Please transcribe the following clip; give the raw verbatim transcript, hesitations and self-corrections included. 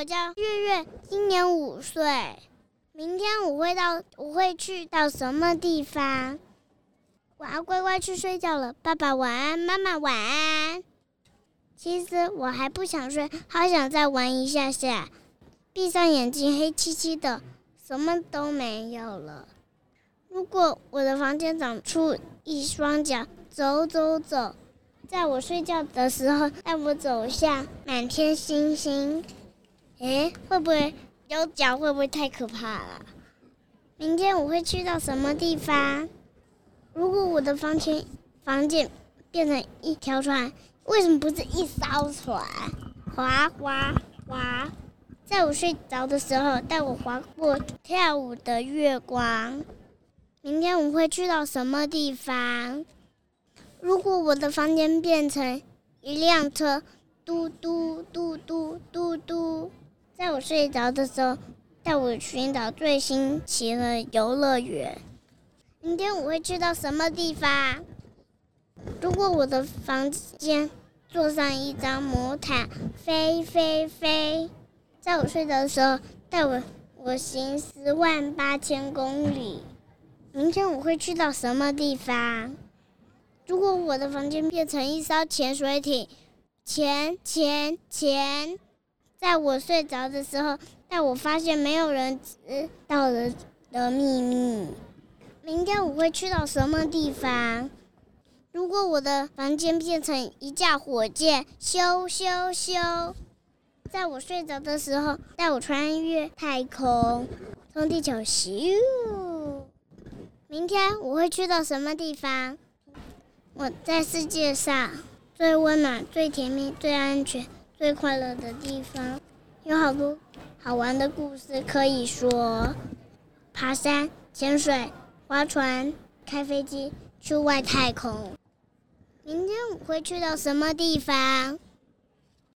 我叫月月，今年五岁。明天我会到，我会去到什么地方？我要乖乖去睡觉了，爸爸晚安，妈妈晚安。其实我还不想睡，好想再玩一下下。闭上眼睛，黑漆漆的，什么都没有了。如果我的房间长出一双脚，走走走，在我睡觉的时候带我走向满天星星。诶，会不会有脚？会不会太可怕了？明天我会去到什么地方？如果我的房间房间变成一条船，为什么不是一艘船？划划划，在我睡着的时候带我划过跳舞的月光。明天我会去到什么地方？如果我的房间变成一辆车，嘟嘟嘟嘟嘟嘟，在我睡着的时候带我寻找最新奇的游乐园。明天我会去到什么地方？如果我的房间坐上一张魔毯，飞飞飞，在我睡着的时候带我我行十万八千公里。明天我会去到什么地方？如果我的房间变成一艘潜水艇，潜潜潜，在我睡着的时候带我发现没有人知道的的秘密。明天我会去到什么地方？如果我的房间变成一架火箭，咻咻咻，在我睡着的时候带我穿越太空，从地球咻。明天我会去到什么地方？我在世界上最温暖、最甜蜜、最安全、最快乐的地方，有好多好玩的故事可以说。爬山、潜水、划船、开飞机、去外太空。明天我会去到什么地方？